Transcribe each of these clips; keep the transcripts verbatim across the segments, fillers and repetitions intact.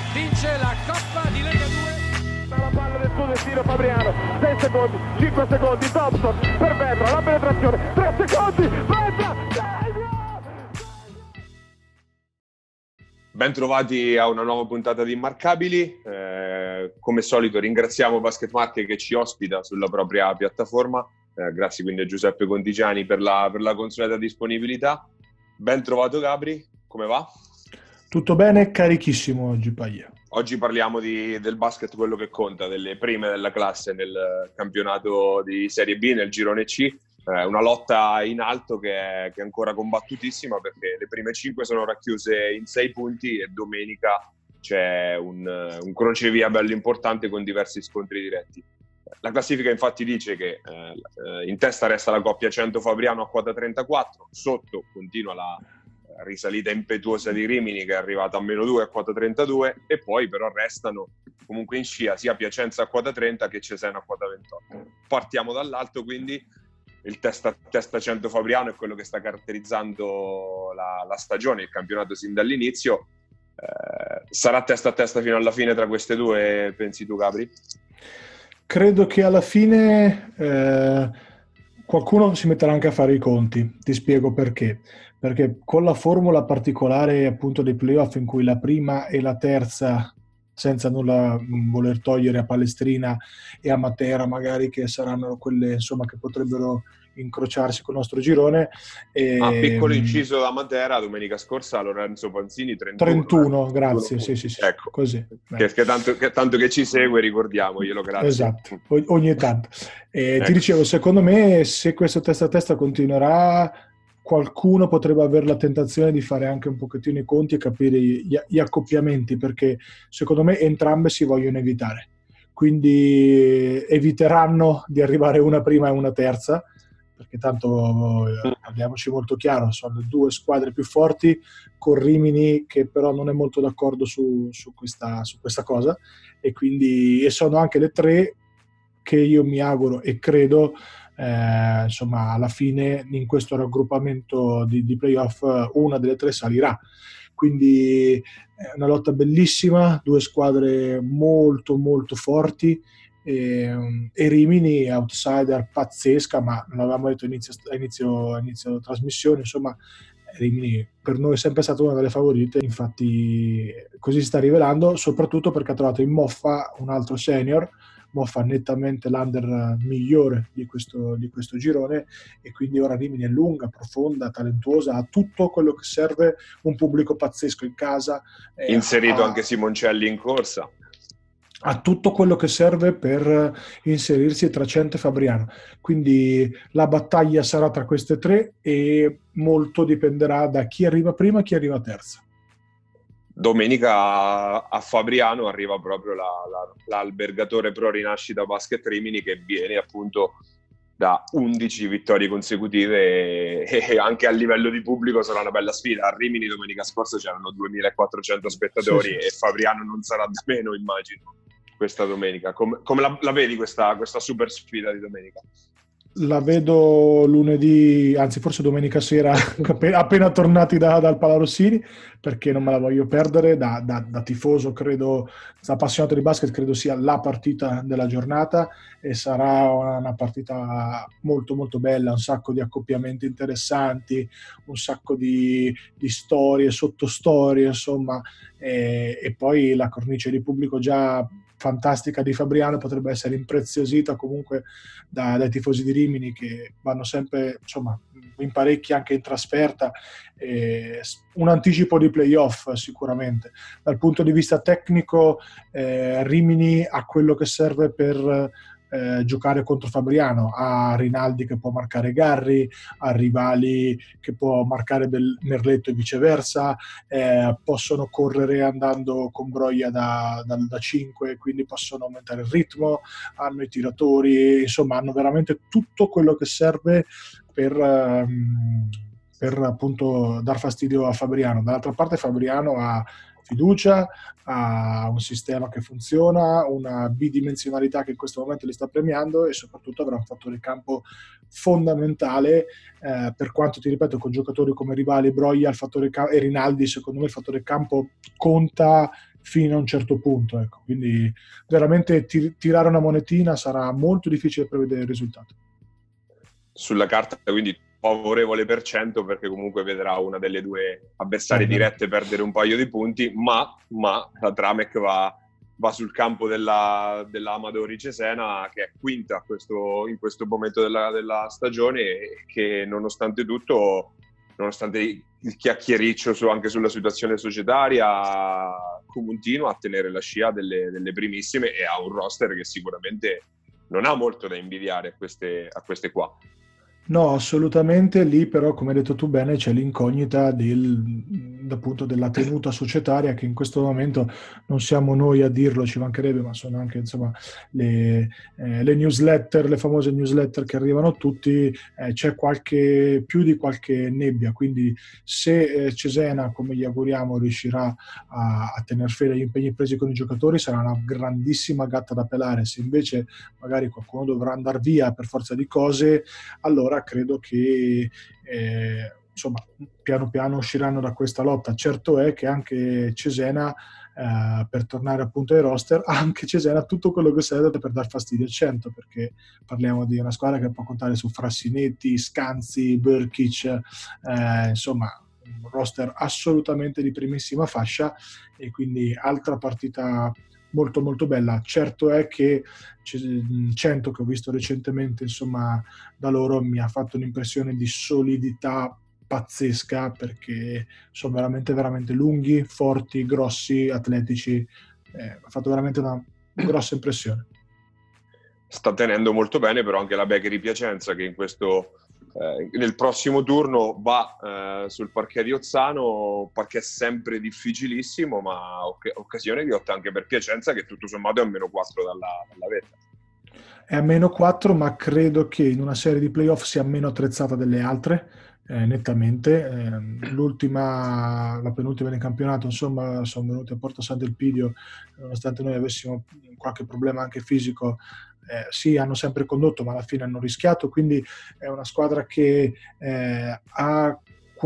vince la Coppa di Lega due. La palla del suo destino Fabriano, sei secondi, cinque secondi, Thompson per Vetra, la penetrazione, tre secondi, Vetra, ben trovati a una nuova puntata di Immarcabili. Eh, come solito ringraziamo Basket Marche che ci ospita sulla propria piattaforma. Eh, grazie quindi a Giuseppe Contigiani per la, per la consueta disponibilità. Ben trovato Gabri, come va? Tutto bene, carichissimo oggi Paglia. Oggi parliamo di, del basket, quello che conta, delle prime della classe nel campionato di Serie B, nel girone C. Eh, una lotta in alto che è, che è ancora combattutissima, perché le prime cinque sono racchiuse in sei punti e domenica c'è un, un crocevia bello importante con diversi scontri diretti. La classifica infatti dice che eh, in testa resta la coppia Cento-Fabriano a quota trentaquattro, sotto continua la risalita impetuosa di Rimini che è arrivata a meno due a quota trentadue, e poi però restano comunque in scia sia Piacenza a quota trenta che Cesena a quota ventotto. Partiamo dall'alto, quindi il testa, testa Cento Fabriano è quello che sta caratterizzando la, la stagione, il campionato sin dall'inizio. Eh, sarà testa a testa fino alla fine tra queste due, pensi tu Gabri? Credo che alla fine eh, qualcuno si metterà anche a fare i conti, ti spiego perché. Perché con la formula particolare appunto dei playoff in cui la prima e la terza, senza nulla voler togliere a Palestrina e a Matera magari, che saranno quelle insomma che potrebbero incrociarsi con il nostro girone. E, ah, piccolo inciso da Matera, domenica scorsa Lorenzo Panzini trentuno, trentuno eh, grazie, trentuno sì sì sì, ecco, così. Che, che, tanto, che tanto che ci segue, ricordiamoglielo, grazie. Esatto, o- ogni tanto. E ecco. Ti dicevo, secondo me se questo testa a testa continuerà, qualcuno potrebbe avere la tentazione di fare anche un pochettino i conti e capire gli, gli accoppiamenti, perché secondo me entrambe si vogliono evitare, quindi eviteranno di arrivare una prima e una terza, perché tanto eh, parliamoci molto chiaro, sono le due squadre più forti, con Rimini che però non è molto d'accordo su, su, questa, su questa cosa, e quindi e sono anche le tre che io mi auguro e credo Eh, insomma alla fine in questo raggruppamento di, di playoff una delle tre salirà, quindi è una lotta bellissima, due squadre molto molto forti e, e Rimini outsider pazzesca, ma non l'avevamo detto inizio, inizio, inizio trasmissione, insomma Rimini per noi è sempre stata una delle favorite, infatti così si sta rivelando, soprattutto perché ha trovato in Moffa un altro senior. Moffa nettamente l'under migliore di questo, di questo girone, e quindi ora Rimini è lunga, profonda, talentuosa, ha tutto quello che serve, un pubblico pazzesco in casa, eh, inserito ha, anche Simoncelli in corsa, ha tutto quello che serve per inserirsi tra Cento e Fabriano, quindi la battaglia sarà tra queste tre e molto dipenderà da chi arriva prima e chi arriva terza. Domenica a Fabriano arriva proprio la, la, l'albergatore pro Rinascita Basket Rimini, che viene appunto da undici vittorie consecutive e, e anche a livello di pubblico sarà una bella sfida. A Rimini domenica scorsa c'erano duemilaquattrocento spettatori, sì, sì. E Fabriano non sarà da meno, immagino, questa domenica. Come, come la, la vedi questa, questa super sfida di domenica? La vedo lunedì, anzi forse domenica sera, appena tornati da, dal Palarossini, perché non me la voglio perdere. Da, da, da tifoso, credo, da appassionato di basket, credo sia la partita della giornata, e sarà una partita molto molto bella, un sacco di accoppiamenti interessanti, un sacco di, di storie, sottostorie, insomma, e, e poi la cornice di pubblico già fantastica di Fabriano potrebbe essere impreziosita comunque da, dai tifosi di Rimini, che vanno sempre insomma in parecchi anche in trasferta, eh, un anticipo di playoff sicuramente. Dal punto di vista tecnico eh, Rimini ha quello che serve per Eh, giocare contro Fabriano, ha Rinaldi che può marcare Garri, ha Rivali che può marcare Bel- Merletto e viceversa, eh, possono correre andando con Broglia da, da, da cinque, quindi possono aumentare il ritmo, hanno i tiratori, insomma hanno veramente tutto quello che serve per, um, per appunto dar fastidio a Fabriano. Dall'altra parte Fabriano ha fiducia, ha un sistema che funziona, una bidimensionalità che in questo momento li sta premiando, e soprattutto avrà un fattore campo fondamentale, eh, per quanto ti ripeto con giocatori come Rivali, Broglia il fattore ca- e Rinaldi, secondo me il fattore campo conta fino a un certo punto, ecco. Quindi veramente tir- tirare una monetina sarà molto difficile prevedere il risultato. Sulla carta quindi favorevole per cento, perché comunque vedrà una delle due avversarie dirette perdere un paio di punti, ma, ma la Tramec va, va sul campo della, della Amadori Cesena, che è quinta a questo, in questo momento della, della stagione, e che nonostante tutto, nonostante il chiacchiericcio su, anche sulla situazione societaria, continua a tenere la scia delle, delle primissime e ha un roster che sicuramente non ha molto da invidiare a queste, a queste qua. No, assolutamente. Lì però, come hai detto tu bene, c'è l'incognita del, appunto, della tenuta societaria, che in questo momento non siamo noi a dirlo, ci mancherebbe, ma sono anche insomma le, eh, le newsletter, le famose newsletter che arrivano a tutti. Eh, c'è qualche, più di qualche nebbia, quindi se eh, Cesena, come gli auguriamo, riuscirà a, a tener fede agli impegni presi con i giocatori, sarà una grandissima gatta da pelare. Se invece magari qualcuno dovrà andare via per forza di cose, allora credo che eh, insomma piano piano usciranno da questa lotta. Certo è che anche Cesena, eh, per tornare appunto ai roster, anche Cesena ha tutto quello che serve per dar fastidio al cento, perché parliamo di una squadra che può contare su Frassinetti, Scanzi, Brkic, eh, insomma un roster assolutamente di primissima fascia, e quindi altra partita molto molto bella. Certo è che cento, che ho visto recentemente insomma da loro, mi ha fatto un'impressione di solidità pazzesca, perché sono veramente veramente lunghi, forti, grossi, atletici. Eh, ha fatto veramente una grossa impressione. Sta tenendo molto bene però anche la Beccheri Piacenza, che in questo Eh, nel prossimo turno va eh, sul parquet di Ozzano, parquet sempre difficilissimo, ma oc- occasione di otto anche per Piacenza, che tutto sommato è a meno quattro dalla, dalla vetta. È a meno quattro, ma credo che in una serie di playoff sia meno attrezzata delle altre, eh, nettamente. Eh, l'ultima, la penultima del campionato, insomma, sono venuti a Porto Sant'Elpidio, nonostante noi avessimo qualche problema anche fisico. Eh, sì, hanno sempre condotto, ma alla fine hanno rischiato, quindi è una squadra che eh, ha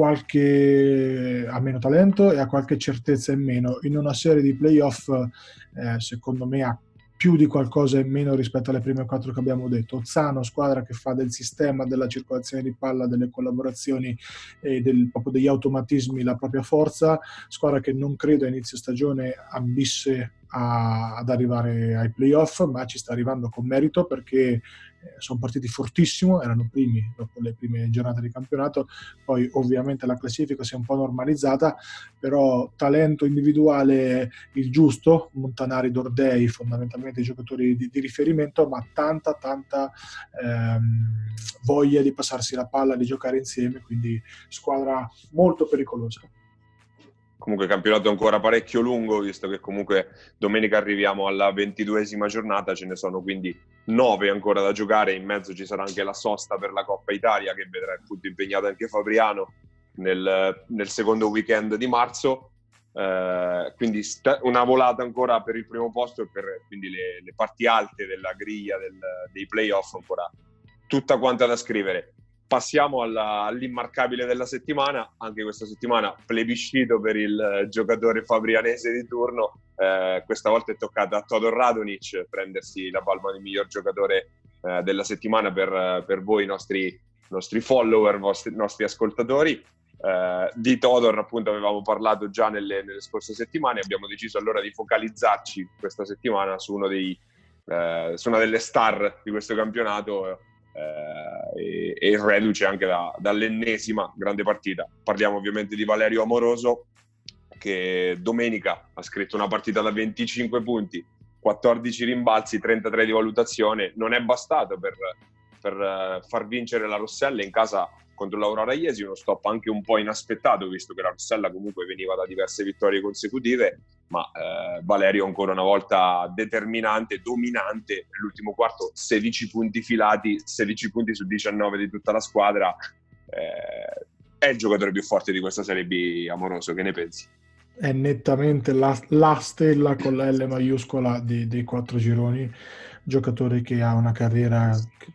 qualche ha meno talento e ha qualche certezza in meno. In una serie di playoff, eh, secondo me, ha più di qualcosa in meno rispetto alle prime quattro che abbiamo detto. Ozzano, squadra che fa del sistema, della circolazione di palla, delle collaborazioni e del, proprio degli automatismi la propria forza, squadra che non credo a inizio stagione ambisse a, ad arrivare ai playoff, ma ci sta arrivando con merito, perché eh, sono partiti fortissimo, erano primi dopo le prime giornate di campionato. Poi ovviamente la classifica si è un po' normalizzata, però talento individuale il giusto, Montanari, Dordei fondamentalmente i giocatori di, di riferimento, ma tanta tanta ehm, voglia di passarsi la palla, di giocare insieme, quindi squadra molto pericolosa. Comunque campionato ancora parecchio lungo, visto che comunque domenica arriviamo alla ventiduesima giornata, ce ne sono quindi nove ancora da giocare, in mezzo ci sarà anche la sosta per la Coppa Italia, che vedrà appunto impegnato anche Fabriano nel, nel secondo weekend di marzo, eh, quindi st- una volata ancora per il primo posto e per quindi le, le parti alte della griglia del, dei playoff, ancora tutta quanta da scrivere. Passiamo alla, all'immarcabile della settimana. Anche questa settimana plebiscito per il giocatore fabrianese di turno. Eh, questa volta è toccata a Todor Radonic prendersi la palma di miglior giocatore eh, della settimana per, per voi, nostri, nostri follower, vostri, nostri ascoltatori. Eh, di Todor appunto avevamo parlato già nelle, nelle scorse settimane. Abbiamo deciso allora di focalizzarci questa settimana su, uno dei, eh, su una delle star di questo campionato, Eh, e, e reduce anche da, dall'ennesima grande partita. Parliamo ovviamente di Valerio Amoroso, che domenica ha scritto una partita da venticinque punti, quattordici rimbalzi, trentatré di valutazione. Non è bastato per, per far vincere la Rossella in casa contro l'Aurora Iesi, uno stop anche un po' inaspettato, visto che la Rossella comunque veniva da diverse vittorie consecutive, ma eh, Valerio ancora una volta determinante, dominante. Nell'ultimo quarto sedici punti filati, sedici punti su diciannove di tutta la squadra. Eh, è il giocatore più forte di questa Serie B, Amoroso, che ne pensi? È nettamente la, la stella con la L maiuscola dei, dei quattro gironi, giocatore che ha una carriera che,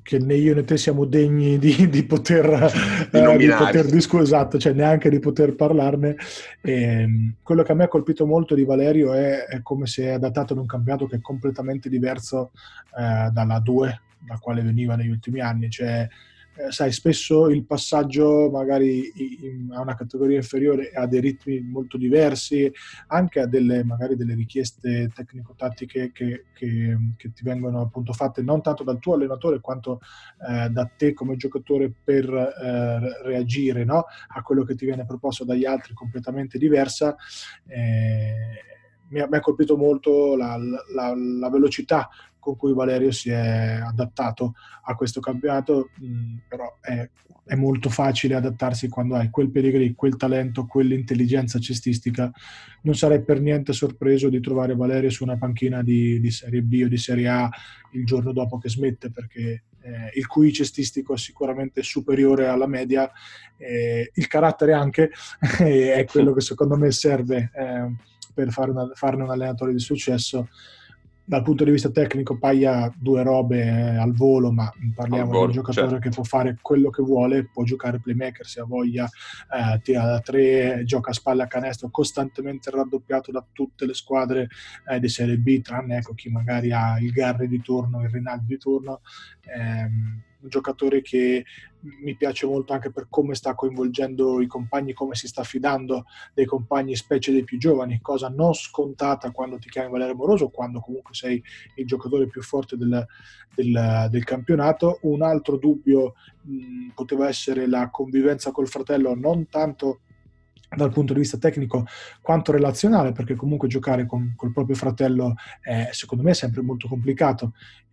che né io né te siamo degni di, di poter di, eh, di poter discutere, esatto, cioè neanche di poter parlarne. E, quello che a me ha colpito molto di Valerio è, è come si è adattato in un campionato che è completamente diverso eh, dalla due, da quale veniva negli ultimi anni. Cioè, eh, sai, spesso il passaggio magari in, a una categoria inferiore ha dei ritmi molto diversi, anche a delle magari delle richieste tecnico-tattiche che, che, che ti vengono appunto fatte non tanto dal tuo allenatore quanto eh, da te come giocatore per eh, reagire, no? A quello che ti viene proposto dagli altri, completamente diversa. Eh, mi, ha, mi ha colpito molto la, la, la velocità con cui Valerio si è adattato a questo campionato, mh, però è, è molto facile adattarsi quando hai quel pedigree, quel talento, quell'intelligenza cestistica. Non sarei per niente sorpreso di trovare Valerio su una panchina di, di Serie B o di Serie A il giorno dopo che smette, perché eh, il Q I cestistico è sicuramente superiore alla media, eh, il carattere anche è quello che secondo me serve eh, per fare una, farne un allenatore di successo. Dal punto di vista tecnico Paglia due robe eh, al volo, ma parliamo volo, di un giocatore certo, che può fare quello che vuole, può giocare playmaker se ha voglia, eh, tira da tre, gioca a spalle a canestro, costantemente raddoppiato da tutte le squadre eh, di Serie B, tranne ecco, chi magari ha il Garri di turno, il Rinaldi di turno. Ehm, un giocatore che mi piace molto anche per come sta coinvolgendo i compagni, come si sta fidando dei compagni, specie dei più giovani, cosa non scontata quando ti chiami Valerio Moroso, quando comunque sei il giocatore più forte del, del, del campionato. Un altro dubbio mh, poteva essere la convivenza col fratello, non tanto dal punto di vista tecnico quanto relazionale, perché comunque giocare con col proprio fratello è, secondo me, è sempre molto complicato,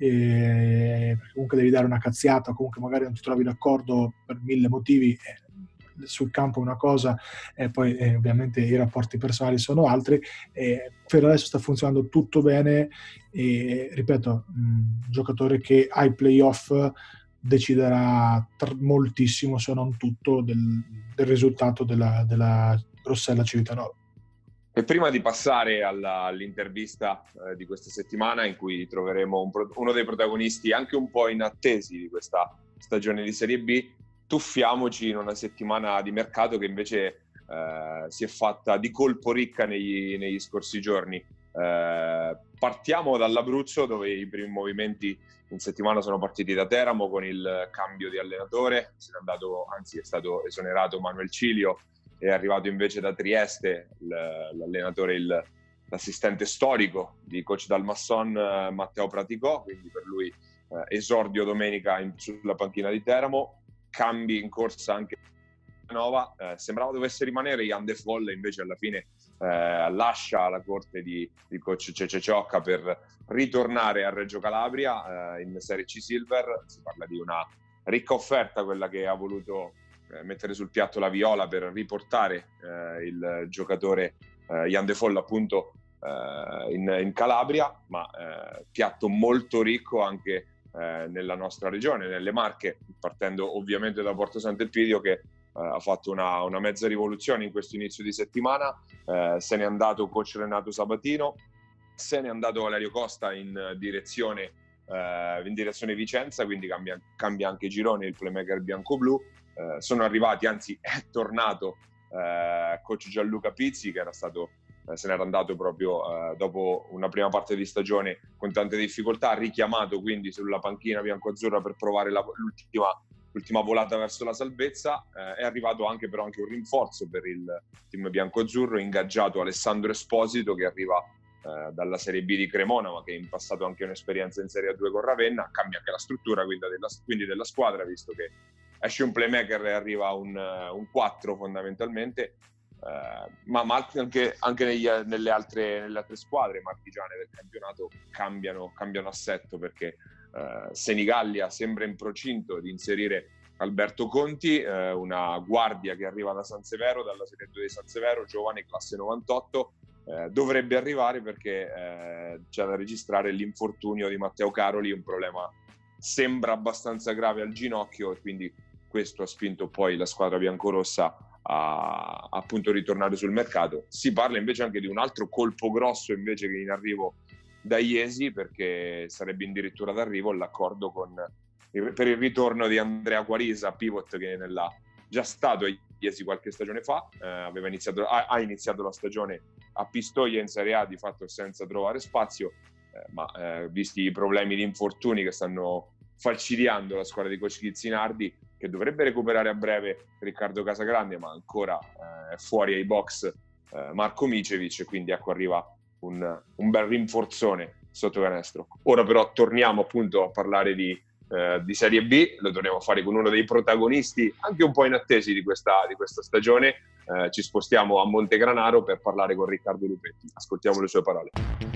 e perché comunque devi dare una cazziata, comunque magari non ti trovi d'accordo per mille motivi, eh, sul campo una cosa e poi eh, ovviamente i rapporti personali sono altri. E per adesso sta funzionando tutto bene e ripeto, un giocatore che ai playoff deciderà tr- moltissimo, se non tutto, del, del risultato della, della Rossella Civitanova. E prima di passare alla, all'intervista eh, di questa settimana, in cui troveremo un pro- uno dei protagonisti anche un po' inattesi di questa stagione di Serie B, tuffiamoci in una settimana di mercato che invece eh, si è fatta di colpo ricca negli, negli scorsi giorni. Eh, partiamo dall'Abruzzo, dove i primi movimenti in settimana sono partiti da Teramo con il cambio di allenatore. Se n'è andato, anzi è stato esonerato Manuel Cilio, è arrivato invece da Trieste l'allenatore, il, l'assistente storico di coach Dalmasson, Matteo Praticò, quindi per lui eh, esordio domenica in, sulla panchina di Teramo. Cambi in corsa anche Nova, eh, sembrava dovesse rimanere Jan De Volle, invece alla fine eh, lascia la corte di, di coach Cece Ciocca per ritornare a Reggio Calabria eh, in Serie C Silver. Si parla di una ricca offerta, quella che ha voluto eh, mettere sul piatto la Viola per riportare eh, il giocatore eh, Jan De Volle appunto eh, in, in Calabria, ma eh, piatto molto ricco anche eh, nella nostra regione, nelle Marche, partendo ovviamente da Porto Sant'Elpidio, che Uh, ha fatto una, una mezza rivoluzione in questo inizio di settimana. Uh, se n'è andato coach Renato Sabatino, se n'è andato Valerio Costa in direzione, uh, in direzione Vicenza, quindi cambia, cambia anche girone il playmaker bianco-blu. Uh, sono arrivati, anzi è tornato uh, coach Gianluca Pizzi, che era stato, uh, se n'era andato proprio uh, dopo una prima parte di stagione con tante difficoltà, richiamato quindi sulla panchina bianco-azzurra per provare la, l'ultima l'ultima volata verso la salvezza. Eh, è arrivato anche però anche un rinforzo per il team bianco-azzurro, ingaggiato Alessandro Esposito, che arriva eh, dalla Serie B di Cremona, ma che in passato ha anche un'esperienza in Serie A due con Ravenna. Cambia anche la struttura quindi della, quindi della squadra, visto che esce un playmaker e arriva un, un quattro fondamentalmente, eh, ma, ma anche, anche negli, nelle, altre, nelle altre squadre marchigiane del campionato cambiano, cambiano assetto, perché Uh, Senigallia sembra in procinto di inserire Alberto Conti, uh, una guardia che arriva da San Severo, dalla Serie due di San Severo, giovane, classe novantotto. Uh, dovrebbe arrivare perché uh, c'è da registrare l'infortunio di Matteo Caroli, un problema sembra abbastanza grave al ginocchio, e quindi questo ha spinto poi la squadra biancorossa a appunto ritornare sul mercato. Si parla invece anche di un altro colpo grosso invece che in arrivo da Iesi, perché sarebbe addirittura d'arrivo l'accordo con il, per il ritorno di Andrea Quarisa, pivot che nella, già stato a Iesi qualche stagione fa, eh, aveva iniziato, ha, ha iniziato la stagione a Pistoia in Serie A di fatto senza trovare spazio, eh, ma eh, visti i problemi di infortuni che stanno falcidiando la squadra di coach Chizzinardi, che dovrebbe recuperare a breve Riccardo Casagrande, ma ancora è eh, fuori ai box eh, Marco Micevic, quindi ecco arriva un, un bel rinforzone sotto canestro. Ora però torniamo appunto a parlare di, eh, di Serie B, lo torniamo a fare con uno dei protagonisti anche un po' inattesi di questa, di questa stagione. Eh, ci spostiamo a Montegranaro per parlare con Riccardo Lupetti. Ascoltiamo le sue parole.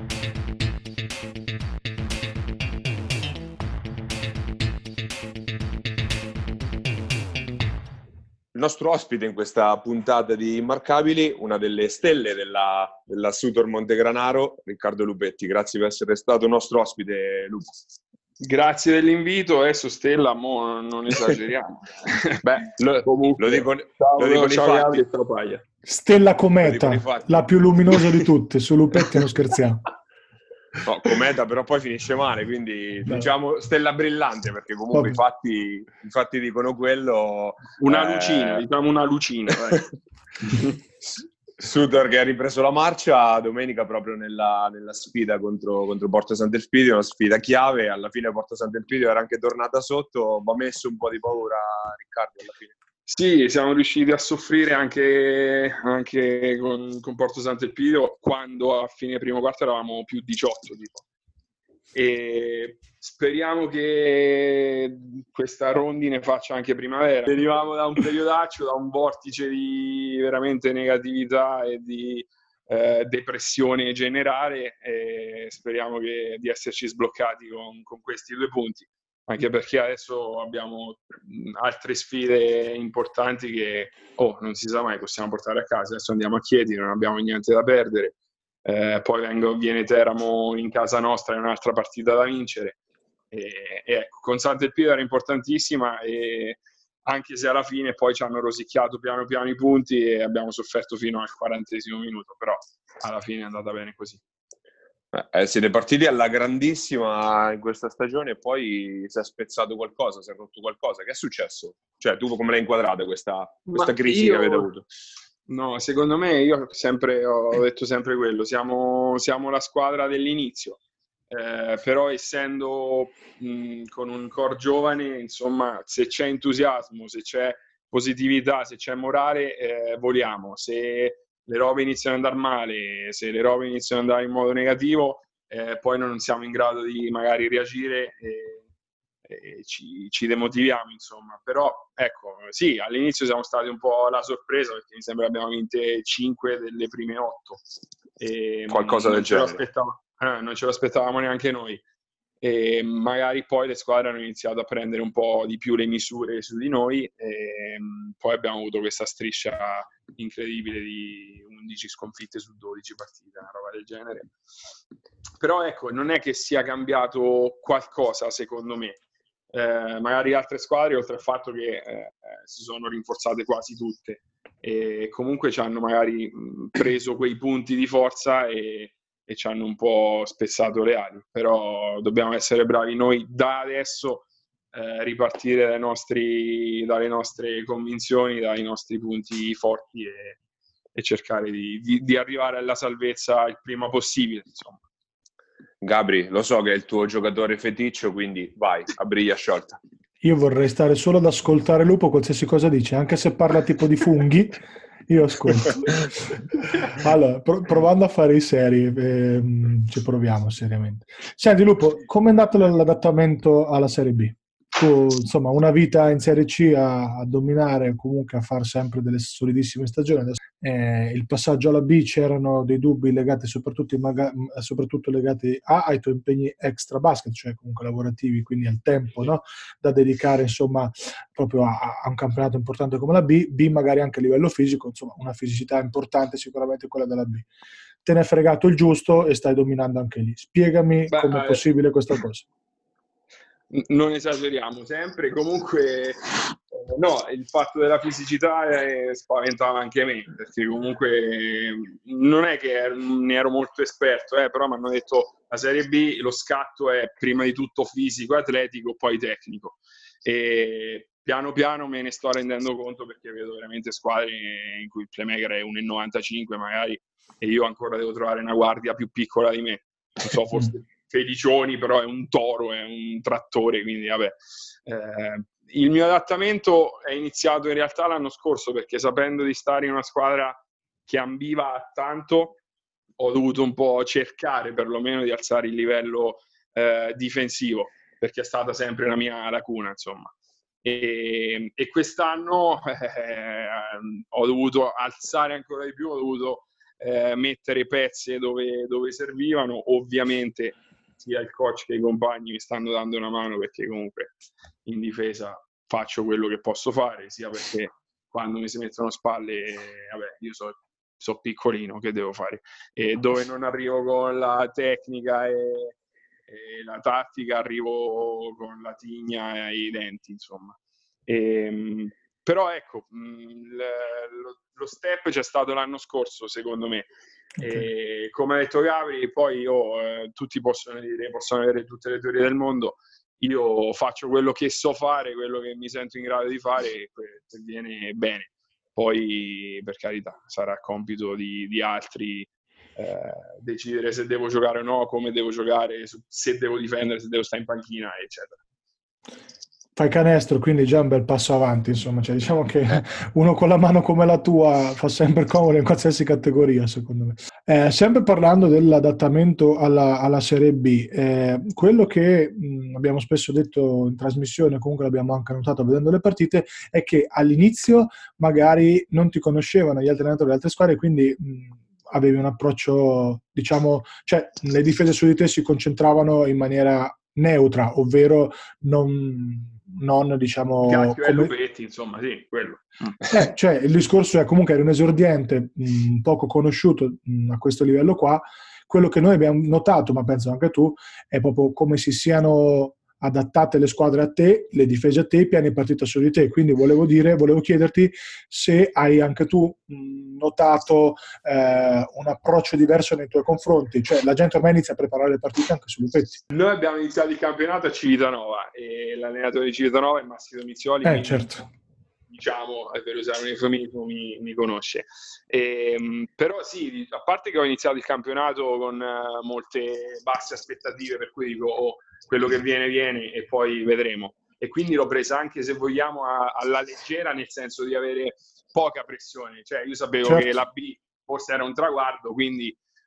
Il nostro ospite in questa puntata di Immarcabili, una delle stelle della, della Sutor Montegranaro, Riccardo Lupetti. Grazie per essere stato nostro ospite, Lupo. Grazie dell'invito, adesso Stella, mo non esageriamo. Beh, lo, comunque, lo dico, ciao, lo dico ciao nei fatti. Gabri, Stella Cometa, la più luminosa di tutte, su Lupetti non scherziamo. No, Cometa però poi finisce male, quindi no. Diciamo stella brillante, perché comunque i fatti, i fatti dicono quello. Una eh... lucina, diciamo una lucina. Sutor che ha ripreso la marcia domenica proprio nella, nella sfida contro, contro Porto Sant'Elpidio, una sfida chiave. Alla fine Porto Sant'Elpidio era anche tornata sotto, va messo un po' di paura Riccardo alla fine. Sì, siamo riusciti a soffrire anche, anche con, con Porto Sant'Elpidio, quando a fine primo quarto eravamo più diciotto tipo. E speriamo che questa rondine faccia anche primavera. Venivamo da un periodaccio, da un vortice di veramente negatività e di eh, depressione generale, e speriamo che, di esserci sbloccati con, con questi due punti. Anche perché adesso abbiamo altre sfide importanti che oh, non si sa mai, possiamo portare a casa. Adesso andiamo a Chieti, non abbiamo niente da perdere. Eh, poi vengo, viene Teramo in casa nostra, è un'altra partita da vincere. E, e ecco, con Sant'Elpidio era importantissima, e anche se alla fine poi ci hanno rosicchiato piano piano i punti e abbiamo sofferto fino al quarantesimo minuto, però alla fine è andata bene così. Eh, siete partiti alla grandissima in questa stagione e poi si è spezzato qualcosa, si è rotto qualcosa. Che è successo? Cioè, tu come l'hai inquadrata questa, questa crisi io, che avete avuto? No, secondo me, io sempre ho detto sempre quello, siamo, siamo la squadra dell'inizio, eh, però essendo mh, con un core giovane, insomma, se c'è entusiasmo, se c'è positività, se c'è morale, eh, voliamo. Se le robe iniziano ad andare male, se le robe iniziano ad andare in modo negativo, eh, poi non siamo in grado di magari reagire e, e ci, ci demotiviamo, insomma. Però, ecco, sì, all'inizio siamo stati un po' la sorpresa, perché mi sembra che abbiamo vinte cinque delle prime otto. E qualcosa del genere. Eh, non ce lo aspettavamo neanche noi. E magari poi le squadre hanno iniziato a prendere un po' di più le misure su di noi, e poi abbiamo avuto questa striscia incredibile di undici sconfitte su dodici partite, una roba del genere. Però ecco, non è che sia cambiato qualcosa secondo me. Eh, magari altre squadre, oltre al fatto che eh, si sono rinforzate quasi tutte e comunque ci hanno magari mh, preso quei punti di forza e e ci hanno un po' spezzato le ali, però dobbiamo essere bravi noi da adesso, eh, ripartire dai nostri, dalle nostre convinzioni, dai nostri punti forti e, e cercare di, di, di arrivare alla salvezza il prima possibile, insomma. Gabri, lo so che è il tuo giocatore feticcio, quindi vai, a briglia sciolta. Io vorrei stare solo ad ascoltare Lupo, qualsiasi cosa dice, anche se parla tipo di funghi. Io ascolto. Allora, pro- provando a fare i seri, ehm, ci proviamo seriamente. Senti Lupo, come è andato l- l'adattamento alla Serie B? Tu, insomma, una vita in Serie C a, a dominare, comunque a fare sempre delle solidissime stagioni. Adesso, eh, il passaggio alla B, c'erano dei dubbi legati soprattutto, maga- soprattutto legati a, ai tuoi impegni extra basket, cioè comunque lavorativi, quindi al tempo, no? Da dedicare insomma proprio a, a un campionato importante come la B, B magari anche a livello fisico, insomma una fisicità importante sicuramente quella della B. Te ne è fregato il giusto e stai dominando anche lì. Spiegami come è possibile questa cosa. Non esageriamo sempre, comunque no, il fatto della fisicità eh, spaventava anche me, perché comunque non è che ero, ne ero molto esperto, eh, però mi hanno detto la Serie B, lo scatto è prima di tutto fisico, atletico, poi tecnico. E piano piano me ne sto rendendo conto, perché vedo veramente squadre in cui il playmaker è uno virgola novantacinque magari, e io ancora devo trovare una guardia più piccola di me. Non so, forse Felicioni, però è un toro, è un trattore, quindi vabbè. Eh, il mio adattamento è iniziato in realtà l'anno scorso, perché sapendo di stare in una squadra che ambiva a tanto, ho dovuto un po' cercare perlomeno di alzare il livello eh, difensivo, perché è stata sempre la mia lacuna, insomma. E, e quest'anno eh, ho dovuto alzare ancora di più, ho dovuto eh, mettere pezze dove, dove servivano. Ovviamente sia il coach che i compagni mi stanno dando una mano, perché comunque in difesa faccio quello che posso fare, sia perché quando mi si mettono a spalle, vabbè, io so, so piccolino, che devo fare? E dove non arrivo con la tecnica e, e la tattica, arrivo con la tigna e i denti, insomma. E, però ecco, mh, lo, lo step c'è stato l'anno scorso, secondo me. Okay. E come ha detto Gabri, poi io, eh, tutti possono dire, possono avere tutte le teorie del mondo, io faccio quello che so fare, quello che mi sento in grado di fare, e se viene bene. Poi, per carità, sarà compito di, di altri eh, decidere se devo giocare o no, come devo giocare, se devo difendere, se devo stare in panchina, eccetera. Fai canestro, quindi già un bel passo avanti, insomma, cioè, diciamo che uno con la mano come la tua fa sempre comodo in qualsiasi categoria, secondo me. Eh, sempre parlando dell'adattamento alla, alla Serie B, eh, quello che mh, abbiamo spesso detto in trasmissione, comunque l'abbiamo anche notato vedendo le partite, è che all'inizio magari non ti conoscevano gli altri allenatori delle altre squadre, quindi mh, avevi un approccio, diciamo, cioè le difese su di te si concentravano in maniera neutra, ovvero non... non diciamo Cacchio come... e Lupetti, insomma, sì, quello. Eh, cioè il discorso è comunque eri un esordiente mh, poco conosciuto mh, a questo livello qua. Quello che noi abbiamo notato, ma penso anche tu, è proprio come si siano adattate le squadre a te, le difese a te, i piani partita su di te. Quindi volevo dire, volevo chiederti se hai anche tu mh, notato eh, un approccio diverso nei tuoi confronti, cioè la gente ormai inizia a preparare le partite anche su Lupetti. Noi abbiamo iniziato il campionato a Civitanova e l'allenatore di Civitanova è Massimo Mizioli, eh, quindi, certo. diciamo, per usare un eufemismo, mi, mi conosce. E, però sì, a parte che ho iniziato il campionato con uh, molte basse aspettative, per cui dico oh, quello che viene viene e poi vedremo. E quindi l'ho presa anche, se vogliamo, a, alla leggera, nel senso di avere poca pressione. Cioè io sapevo certo. che la B forse era un traguardo, quindi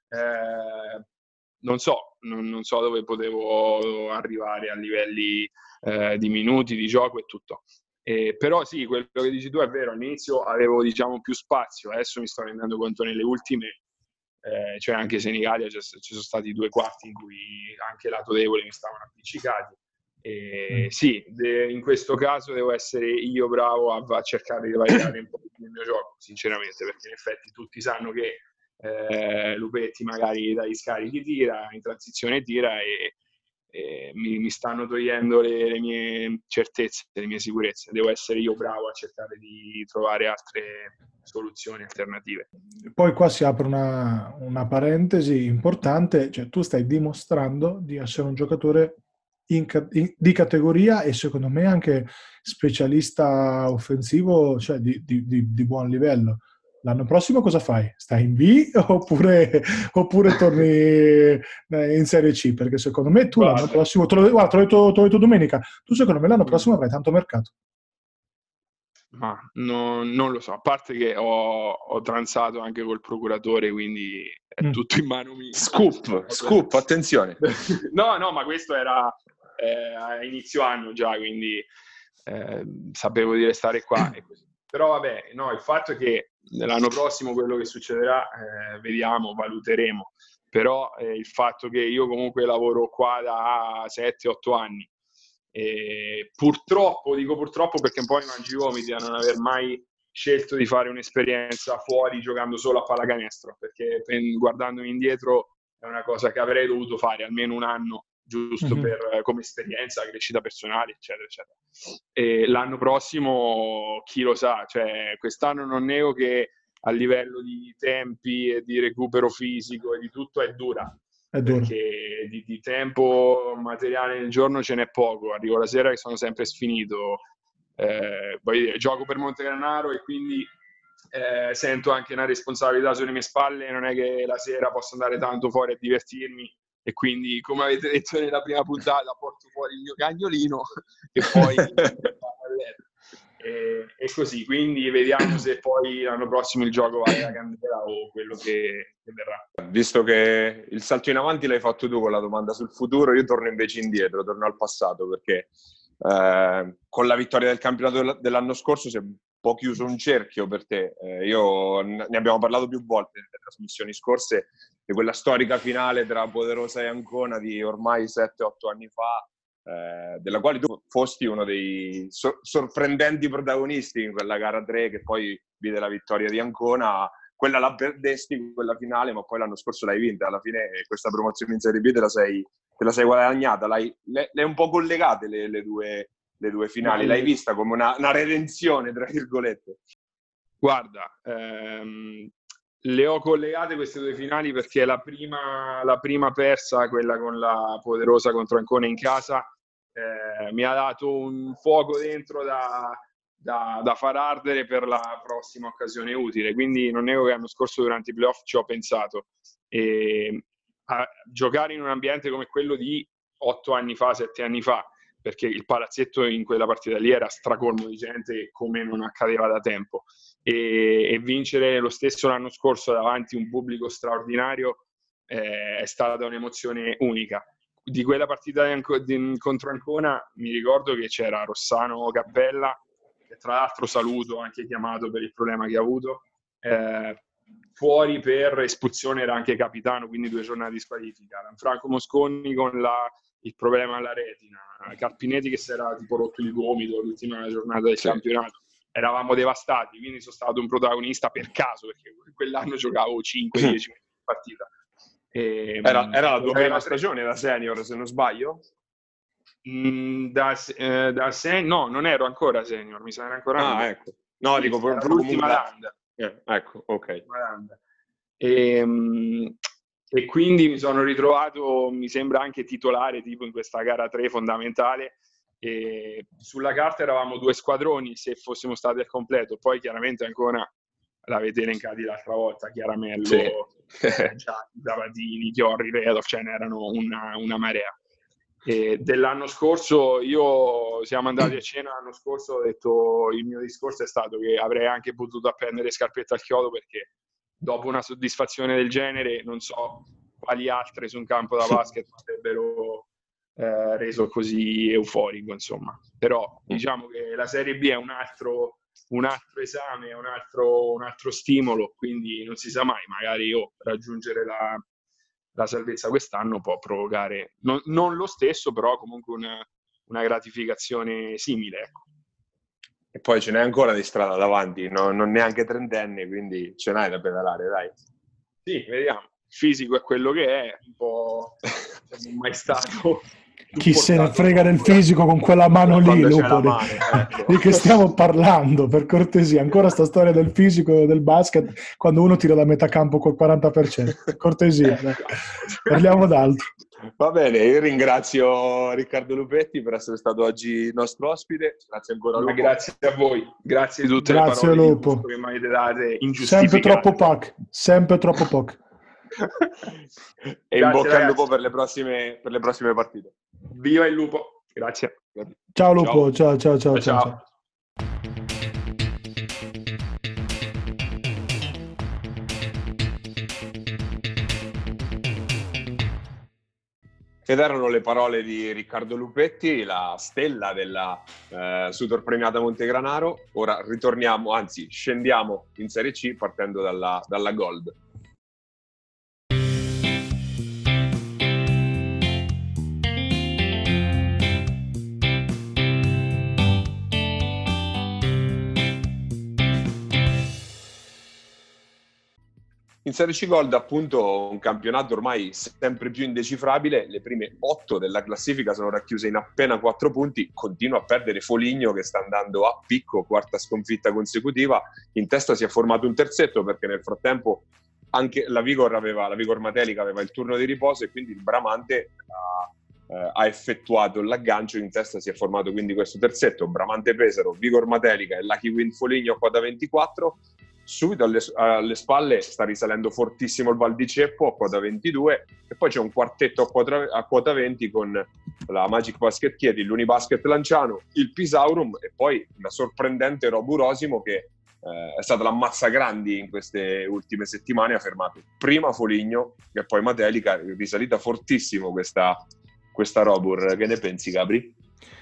eh, non so, non, non so dove potevo arrivare a livelli eh, di minuti, di gioco e tutto. Eh, però sì, quello che dici tu è vero, all'inizio avevo diciamo più spazio, adesso mi sto rendendo conto nelle ultime, eh, cioè anche se in Italia ci sono stati due quarti in cui anche lato debole mi stavano appiccicati. E, mm. Sì, de, in questo caso devo essere io bravo a, a cercare di variare un po' il mio gioco, sinceramente, perché in effetti tutti sanno che eh, Lupetti magari dai scarichi tira, in transizione tira e Eh, mi, mi stanno togliendo le, le mie certezze, le mie sicurezze. Devo essere io bravo a cercare di trovare altre soluzioni alternative. Poi qua si apre una, una parentesi importante, cioè tu stai dimostrando di essere un giocatore in, in, di categoria e secondo me anche specialista offensivo, cioè di, di, di, di buon livello. L'anno prossimo cosa fai? Stai in B oppure, oppure torni in Serie C? Perché secondo me tu guarda, l'anno prossimo, te lo, guarda, te l'ho detto, te l'ho detto domenica, tu secondo me l'anno prossimo avrai tanto mercato. Ma no, non lo so, a parte che ho, ho transato anche col procuratore, quindi è mm. tutto in mano mia. Scoop, scoop, attenzione. No, no, ma questo era eh, a inizio anno già, quindi eh, sapevo di restare qua e così. Però vabbè, no, il fatto è che l'anno prossimo quello che succederà, eh, vediamo, valuteremo. Però eh, il fatto che io comunque lavoro qua da sette otto anni, e purtroppo, dico purtroppo perché un po' mi mangi i vomiti a non aver mai scelto di fare un'esperienza fuori giocando solo a pallacanestro, perché guardandomi indietro è una cosa che avrei dovuto fare almeno un anno giusto Mhm. per, come esperienza, crescita personale, eccetera, eccetera. E l'anno prossimo, chi lo sa, cioè quest'anno non nego che a livello di tempi e di recupero fisico e di tutto è dura, È duro. perché di, di tempo materiale nel giorno ce n'è poco, arrivo la sera che sono sempre sfinito, eh, voglio dire, gioco per Montegranaro e quindi eh, sento anche una responsabilità sulle mie spalle, non è che la sera posso andare tanto fuori a divertirmi, e quindi, come avete detto nella prima puntata, porto fuori il mio cagnolino e poi vado a letto. E, e così, quindi vediamo se poi l'anno prossimo il gioco vale la candela o quello che, che verrà. Visto che il salto in avanti l'hai fatto tu con la domanda sul futuro, io torno invece indietro, torno al passato, perché eh, con la vittoria del campionato dell'anno scorso si è un po' chiuso un cerchio per te. Eh, io ne abbiamo parlato più volte nelle trasmissioni scorse di quella storica finale tra Poderosa e Ancona di ormai sette otto anni fa, eh, della quale tu fosti uno dei sor- sorprendenti protagonisti in quella gara tre che poi vide la vittoria di Ancona. Quella la perdesti, quella finale, ma poi l'anno scorso l'hai vinta. Alla fine questa promozione in Serie B te la sei, te la sei guadagnata. L'hai, le, le un po' collegate le, le, due, le due finali. L'hai vista come una, una redenzione, tra virgolette? Guarda, ehm, le ho collegate queste due finali perché la prima, la prima persa, quella con la Poderosa contro Ancona in casa, eh, mi ha dato un fuoco dentro da... Da, da far ardere per la prossima occasione utile, quindi non nego che l'anno scorso durante i playoff ci ho pensato, e a giocare in un ambiente come quello di otto anni fa, sette anni fa, perché il palazzetto in quella partita lì era stracolmo di gente come non accadeva da tempo, e, e vincere lo stesso l'anno scorso davanti a un pubblico straordinario eh, è stata un'emozione unica. Di quella partita di, di, contro Ancona mi ricordo che c'era Rossano Cappella, che tra l'altro saluto, anche chiamato per il problema che ha avuto, eh, fuori per espulsione, era anche capitano, quindi due giornate di squalifica. Franco Mosconi con la, il problema alla retina, Carpinetti che si era tipo rotto il gomito l'ultima giornata del sì. campionato. Eravamo devastati, quindi sono stato un protagonista per caso, perché quell'anno giocavo cinque dieci minuti di partita. E, era, era la tua prima stagione da senior, se non sbaglio? Mm, da, eh, da sen- no, non ero ancora senior, mi sa ancora. Ah, ecco. No, dico per l'ultima landa. Eh, ecco, ok. E, um, e quindi mi sono ritrovato, mi sembra anche titolare tipo in questa gara tre fondamentale. E sulla carta eravamo due squadroni se fossimo stati al completo, poi chiaramente ancora l'avete elencati l'altra volta, Chiaramello, sì. Zavatini, Chiorri, Redov, ce n'erano una, una marea. E dell'anno scorso io siamo andati a cena l'anno scorso, ho detto, il mio discorso è stato che avrei anche potuto appendere scarpette al chiodo, perché dopo una soddisfazione del genere non so quali altre su un campo da basket avrebbero eh, reso così euforico, insomma. Però diciamo che la Serie B è un altro, un altro esame, un altro, un altro stimolo, quindi non si sa mai, magari io raggiungere la la salvezza quest'anno può provocare non, non lo stesso, però comunque una, una gratificazione simile, ecco. E poi ce n'è ancora di strada davanti, no? Non neanche trentenne, quindi ce n'hai da pedalare, dai. Sì, vediamo. Il fisico è quello che è, un po' non mai stato. Chi se ne frega del fisico con quella mano lì, Lupo, mano, ecco. Di che stiamo parlando, per cortesia. Ancora sta storia del fisico del basket, quando uno tira da metà campo col quaranta per cento. Cortesia, dai. Parliamo d'altro. Va bene, io ringrazio Riccardo Lupetti per essere stato oggi nostro ospite. Grazie ancora a Lupo. Grazie a voi, grazie di tutte grazie, le parole Lupo. che mi avete date ingiustificate. Sempre troppo poco, sempre troppo poco. E in bocca al lupo per le prossime, per le prossime partite. Viva il lupo, grazie. Ciao Lupo, ciao ciao ciao. ciao, ciao. ciao. Ed erano le parole di Riccardo Lupetti, la stella della eh, Sutor Premiata Montegranaro. Ora ritorniamo, anzi scendiamo in Serie C partendo dalla, dalla Gold. In Serie C Gold, appunto, un campionato ormai sempre più indecifrabile. Le prime otto della classifica sono racchiuse in appena quattro punti. Continua a perdere Foligno, che sta andando a picco, quarta sconfitta consecutiva. In testa si è formato un terzetto, perché nel frattempo anche la Vigor, aveva, la Vigor Matelica aveva il turno di riposo, e quindi il Bramante ha, eh, ha effettuato l'aggancio. In testa si è formato quindi questo terzetto: Bramante Pesaro, Vigor Matelica e Lucky Wind Foligno a quota ventiquattro. Subito alle, alle spalle sta risalendo fortissimo il Val di Ceppo a quota ventidue, e poi c'è un quartetto a quota, a quota venti con la Magic Basket Chieti, l'Unibasket Lanciano, il Pisaurum e poi una sorprendente Roburosimo che eh, è stata l'ammazza grandi in queste ultime settimane. Ha fermato prima Foligno e poi Matelica, risalita fortissimo questa, questa Robur. Che ne pensi, Gabri?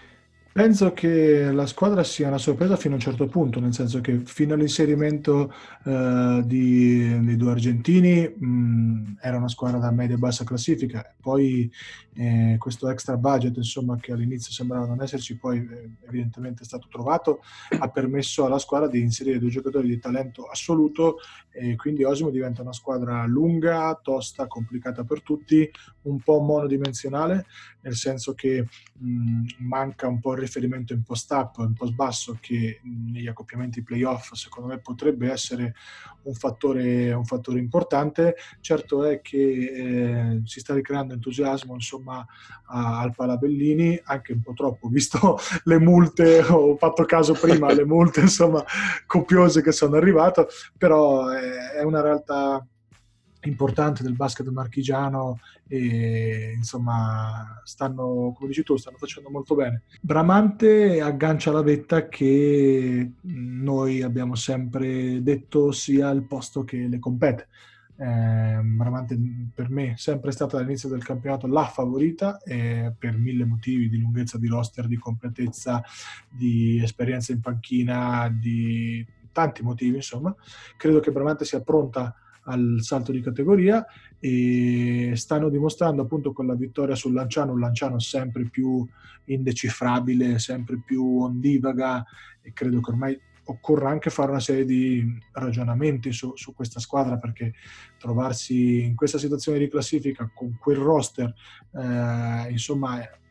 Penso che la squadra sia una sorpresa fino a un certo punto, nel senso che fino all'inserimento eh, di, dei due argentini mh, era una squadra da media e bassa classifica, poi eh, questo extra budget, insomma, che all'inizio sembrava non esserci, poi eh, evidentemente è stato trovato, ha permesso alla squadra di inserire due giocatori di talento assoluto, e quindi Osimo diventa una squadra lunga, tosta, complicata per tutti, un po' monodimensionale, nel senso che mh, manca un po' il riferimento in post-up, in post-basso, che negli accoppiamenti playoff secondo me potrebbe essere un fattore, un fattore importante. Certo è che eh, si sta ricreando entusiasmo, insomma, a, al Palabellini, anche un po' troppo, visto le multe, ho fatto caso prima alle multe, insomma, copiose che sono arrivate, però è, è una realtà importante del basket marchigiano e insomma stanno, come dici tu, stanno facendo molto bene. Bramante aggancia la vetta che noi abbiamo sempre detto sia il posto che le compete. Eh, Bramante per me è sempre stata all'inizio del campionato la favorita, eh, per mille motivi di lunghezza di roster, di completezza, di esperienza in panchina, di tanti motivi, insomma. Credo che Bramante sia pronta al salto di categoria e stanno dimostrando appunto con la vittoria sul Lanciano, un Lanciano sempre più indecifrabile, sempre più ondivaga, e credo che ormai occorra anche fare una serie di ragionamenti su, su questa squadra, perché trovarsi in questa situazione di classifica con quel roster eh, insomma è,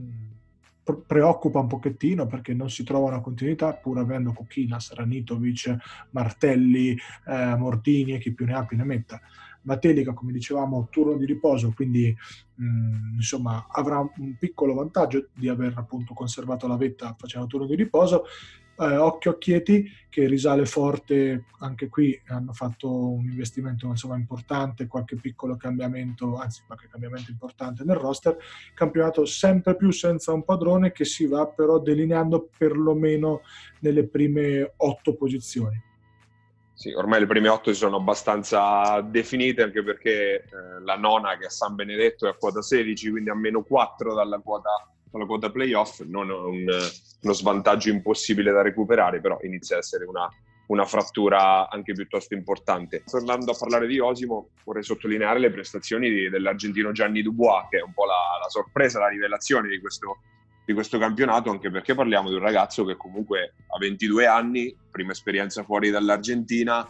preoccupa un pochettino, perché non si trova una continuità pur avendo Kokinas, Ranitovic, Martelli, eh, Mordini e chi più ne ha più ne metta. Matelica, come dicevamo, turno di riposo, quindi mh, insomma avrà un piccolo vantaggio di aver appunto conservato la vetta facendo turno di riposo. Eh, occhio a Chieti, che risale forte, anche qui hanno fatto un investimento insomma importante, qualche piccolo cambiamento, anzi qualche cambiamento importante nel roster. Campionato sempre più senza un padrone, che si va però delineando perlomeno nelle prime otto posizioni. Sì, ormai le prime otto si sono abbastanza definite, anche perché eh, la nona, che è San Benedetto, è a quota sedici, quindi a meno quattro dalla quota la quota playoff, non un, uno svantaggio impossibile da recuperare, però inizia a essere una, una frattura anche piuttosto importante. Tornando a parlare di Osimo, vorrei sottolineare le prestazioni di, dell'argentino Gianni Dubois, che è un po' la, la sorpresa, la rivelazione di questo, di questo campionato, anche perché parliamo di un ragazzo che comunque ha ventidue anni, prima esperienza fuori dall'Argentina,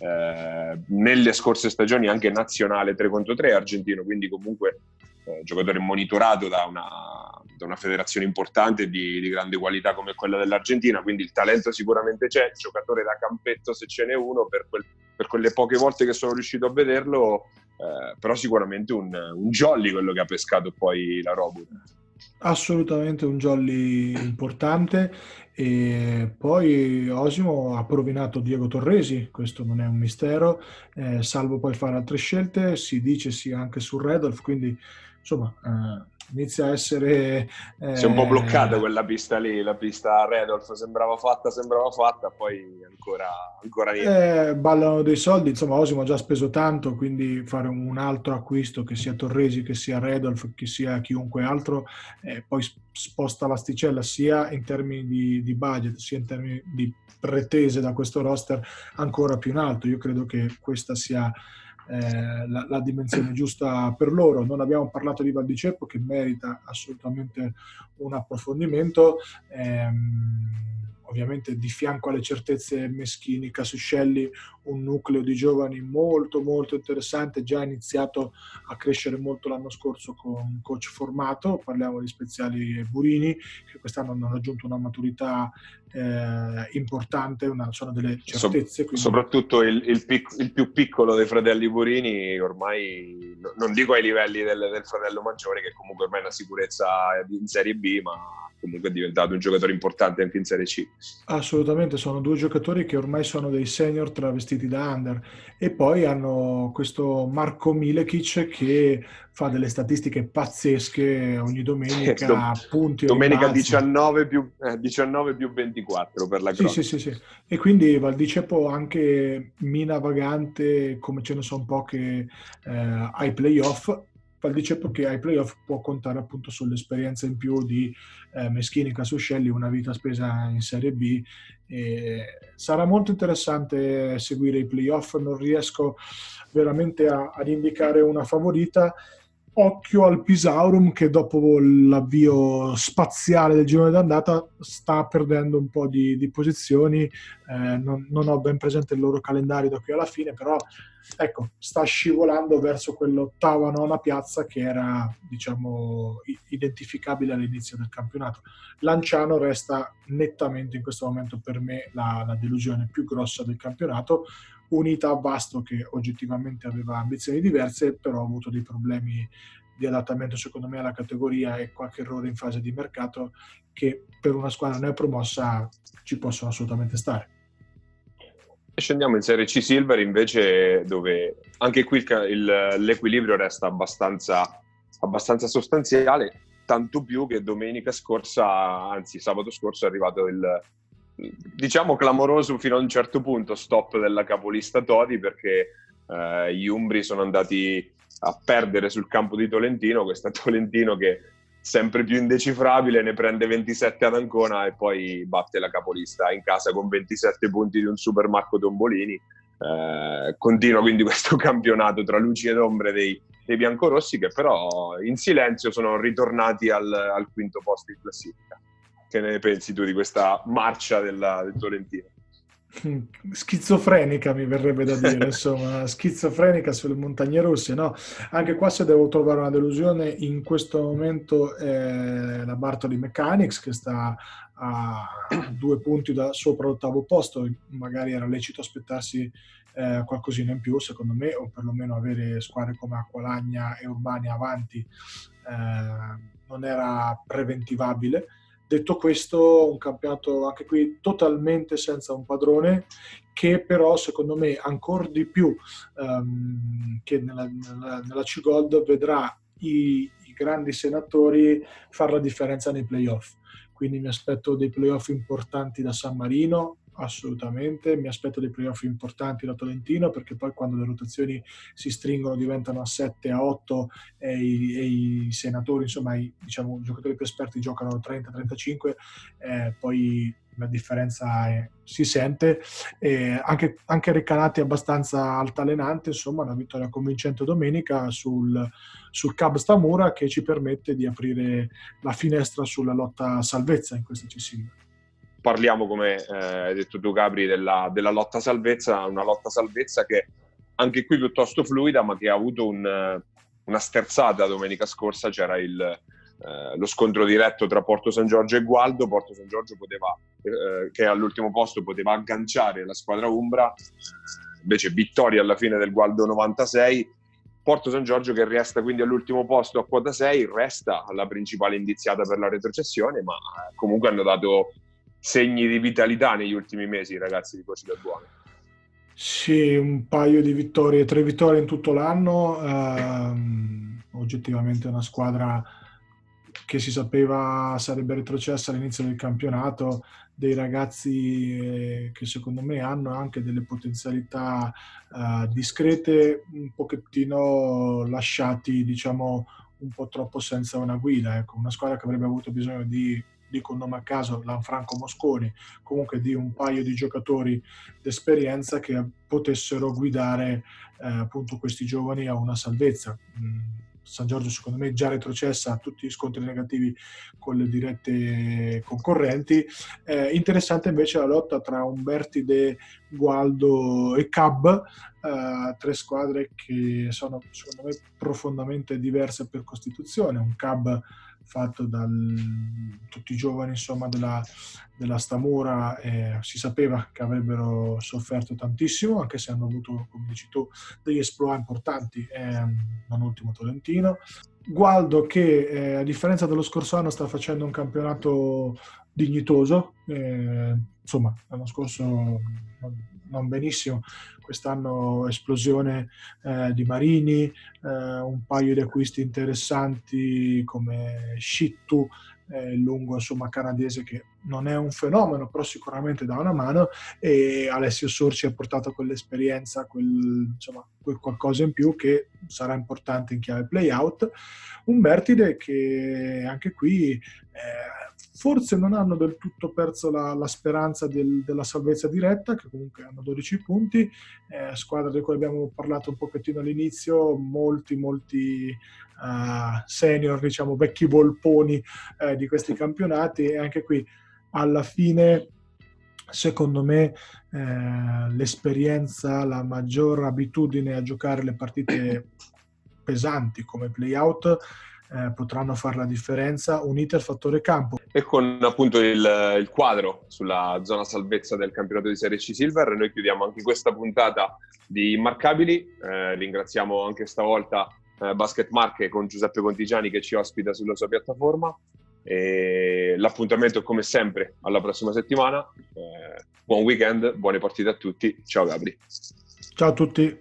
eh, nelle scorse stagioni anche nazionale tre contro tre argentino, quindi comunque eh, giocatore monitorato da una, da una federazione importante di, di grande qualità come quella dell'Argentina, quindi il talento sicuramente c'è, giocatore da campetto se ce n'è uno, per, quel, per quelle poche volte che sono riuscito a vederlo, eh, però sicuramente un, un jolly quello che ha pescato poi la Robur. Assolutamente un jolly importante. E poi Osimo ha provinato Diego Torresi, questo non è un mistero, eh, salvo poi fare altre scelte, si dice sia anche su Redolf, quindi insomma eh, inizia a essere eh... si è un po' bloccata quella pista lì, la pista Redolf sembrava fatta sembrava fatta poi ancora, ancora niente. Eh, ballano dei soldi, insomma Osimo ha già speso tanto, quindi fare un altro acquisto, che sia Torresi, che sia Redolf, che sia chiunque altro, eh, poi sposta l'asticella sia in termini di, di budget sia in termini di pretese da questo roster ancora più in alto. Io credo che questa sia Eh, la, la dimensione giusta per loro. Non abbiamo parlato di Val di Ceppo, che merita assolutamente un approfondimento, ehm, ovviamente di fianco alle certezze Meschini, Casuscelli, un nucleo di giovani molto molto interessante, già iniziato a crescere molto l'anno scorso con coach formato. Parliamo di Speziali e Burini, che quest'anno hanno raggiunto una maturità eh, importante, una, sono delle certezze. So, quindi... Soprattutto il, il, pic, il più piccolo dei fratelli Burini, ormai non dico ai livelli del, del fratello maggiore, che comunque ormai è una sicurezza in Serie B, ma comunque è diventato un giocatore importante anche in Serie C. Assolutamente, sono due giocatori che ormai sono dei senior travestiti da under, e poi hanno questo Marko Milekic che fa delle statistiche pazzesche ogni domenica, Dom- punti domenica diciannove più, eh, diciannove più ventiquattro per la cronaca. Sì, sì, sì, sì. E quindi Val di Ceppo anche mina vagante, come ce ne sono poche eh, ai playoff. Val di Ceppo che ai playoff può contare appunto sull'esperienza in più di eh, Meschini, Casuscelli, una vita spesa in Serie B. E sarà molto interessante seguire i playoff, non riesco veramente a, ad indicare una favorita. Occhio al Pisaurum che dopo l'avvio spaziale del girone d'andata sta perdendo un po' di, di posizioni, eh, non, non ho ben presente il loro calendario da qui alla fine, però ecco, sta scivolando verso quell'ottava, nona piazza che era, diciamo, identificabile all'inizio del campionato. Lanciano resta nettamente in questo momento per me la, la delusione più grossa del campionato, unita a Vasto che oggettivamente aveva ambizioni diverse, però ha avuto dei problemi di adattamento secondo me alla categoria e qualche errore in fase di mercato che per una squadra neopromossa ci possono assolutamente stare. E scendiamo in Serie C Silver invece, dove anche qui il, l'equilibrio resta abbastanza, abbastanza sostanziale, tanto più che domenica scorsa, anzi sabato scorso è arrivato il, diciamo clamoroso fino a un certo punto stop della capolista Todi, perché eh, gli umbri sono andati a perdere sul campo di Tolentino, questo Tolentino che sempre più indecifrabile, ne prende ventisette ad Ancona e poi batte la capolista in casa con ventisette punti di un super Marco Tombolini. Eh, continua quindi questo campionato tra luci ed ombre dei, dei biancorossi, che però in silenzio sono ritornati al, al quinto posto in classifica. Che ne pensi tu di questa marcia della, del Tolentino? Schizofrenica mi verrebbe da dire, insomma, schizofrenica sulle montagne russe, no? Anche qua se devo trovare una delusione in questo momento è la Bartoli Mechanics, che sta a due punti da sopra l'ottavo posto. Magari era lecito aspettarsi eh, qualcosina in più, secondo me, o perlomeno avere squadre come Acqualagna e Urbania avanti eh, non era preventivabile. Detto questo, un campionato anche qui totalmente senza un padrone, che però secondo me ancora di più um, che nella, nella, nella C-Gold vedrà i, i grandi senatori fare la differenza nei playoff. Quindi mi aspetto dei playoff importanti da San Marino, assolutamente, mi aspetto dei playoff importanti da Tolentino, perché poi quando le rotazioni si stringono diventano a sette, a otto e i, e i senatori, insomma i, diciamo, i giocatori più esperti giocano trenta trentacinque, eh, poi la differenza è, si sente, eh, anche, anche Recanati abbastanza altalenante, insomma una vittoria convincente domenica sul, sul Cab Stamura, che ci permette di aprire la finestra sulla lotta salvezza in questa C Silver. Parliamo, come eh, hai detto tu Gabri, della, della lotta salvezza, una lotta salvezza che anche qui piuttosto fluida, ma che ha avuto un, una sterzata domenica scorsa. C'era il, eh, lo scontro diretto tra Porto San Giorgio e Gualdo. Porto San Giorgio poteva, eh, che all'ultimo posto poteva agganciare la squadra umbra, invece vittoria alla fine del Gualdo novantasei. Porto San Giorgio che resta quindi all'ultimo posto a quota sei, resta la principale indiziata per la retrocessione, ma comunque hanno dato segni di vitalità negli ultimi mesi i ragazzi di Coci del Buono. Sì, un paio di vittorie, tre vittorie in tutto l'anno, ehm, oggettivamente una squadra che si sapeva sarebbe retrocessa all'inizio del campionato, dei ragazzi eh, che secondo me hanno anche delle potenzialità eh, discrete, un pochettino lasciati, diciamo, un po' troppo senza una guida. Ecco, una squadra che avrebbe avuto bisogno di, dico un nome a caso, Lanfranco Mosconi, comunque di un paio di giocatori d'esperienza che potessero guidare eh, appunto questi giovani a una salvezza. Mm, San Giorgio secondo me già retrocessa a tutti gli scontri negativi con le dirette concorrenti. Eh, interessante invece la lotta tra Umbertide, Gualdo e Cab, eh, tre squadre che sono secondo me profondamente diverse per costituzione. Un Cab fatto da tutti i giovani insomma della, della Stamura, eh, si sapeva che avrebbero sofferto tantissimo, anche se hanno avuto, come dici tu, degli exploit importanti, eh, non ultimo Tolentino. Gualdo che eh, a differenza dello scorso anno sta facendo un campionato dignitoso, eh, insomma l'anno scorso non, non benissimo, quest'anno esplosione eh, di Marini, eh, un paio di acquisti interessanti come Shittu, eh, il lungo insomma canadese che non è un fenomeno però sicuramente dà una mano, e Alessio Sorci ha portato quell'esperienza, quel, insomma, quel qualcosa in più che sarà importante in chiave play-out. Umbertide che anche qui eh, forse non hanno del tutto perso la, la speranza del, della salvezza diretta, che comunque hanno dodici punti, eh, squadra di cui abbiamo parlato un pochettino all'inizio, molti molti uh, senior, diciamo vecchi volponi eh, di questi campionati, e anche qui alla fine secondo me eh, l'esperienza, la maggior abitudine a giocare le partite pesanti come play-out eh, potranno fare la differenza, unite al fattore campo. E con appunto il, il quadro sulla zona salvezza del campionato di Serie C Silver noi chiudiamo anche questa puntata di Immarcabili. Eh, ringraziamo anche stavolta eh, Basket Marche con Giuseppe Contigiani che ci ospita sulla sua piattaforma. E l'appuntamento come sempre alla prossima settimana. Eh, buon weekend, buone partite a tutti. Ciao Gabri. Ciao a tutti.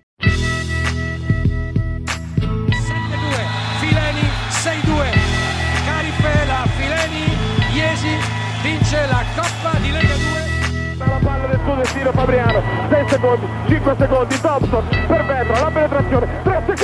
sette due, Fileni sei due, Carifela, Fileni, Iesi vince la Coppa di Lega due. La palla del suo destino Fabriano, sei secondi, cinque secondi, Thompson per Vetra, la penetrazione, tre secondi.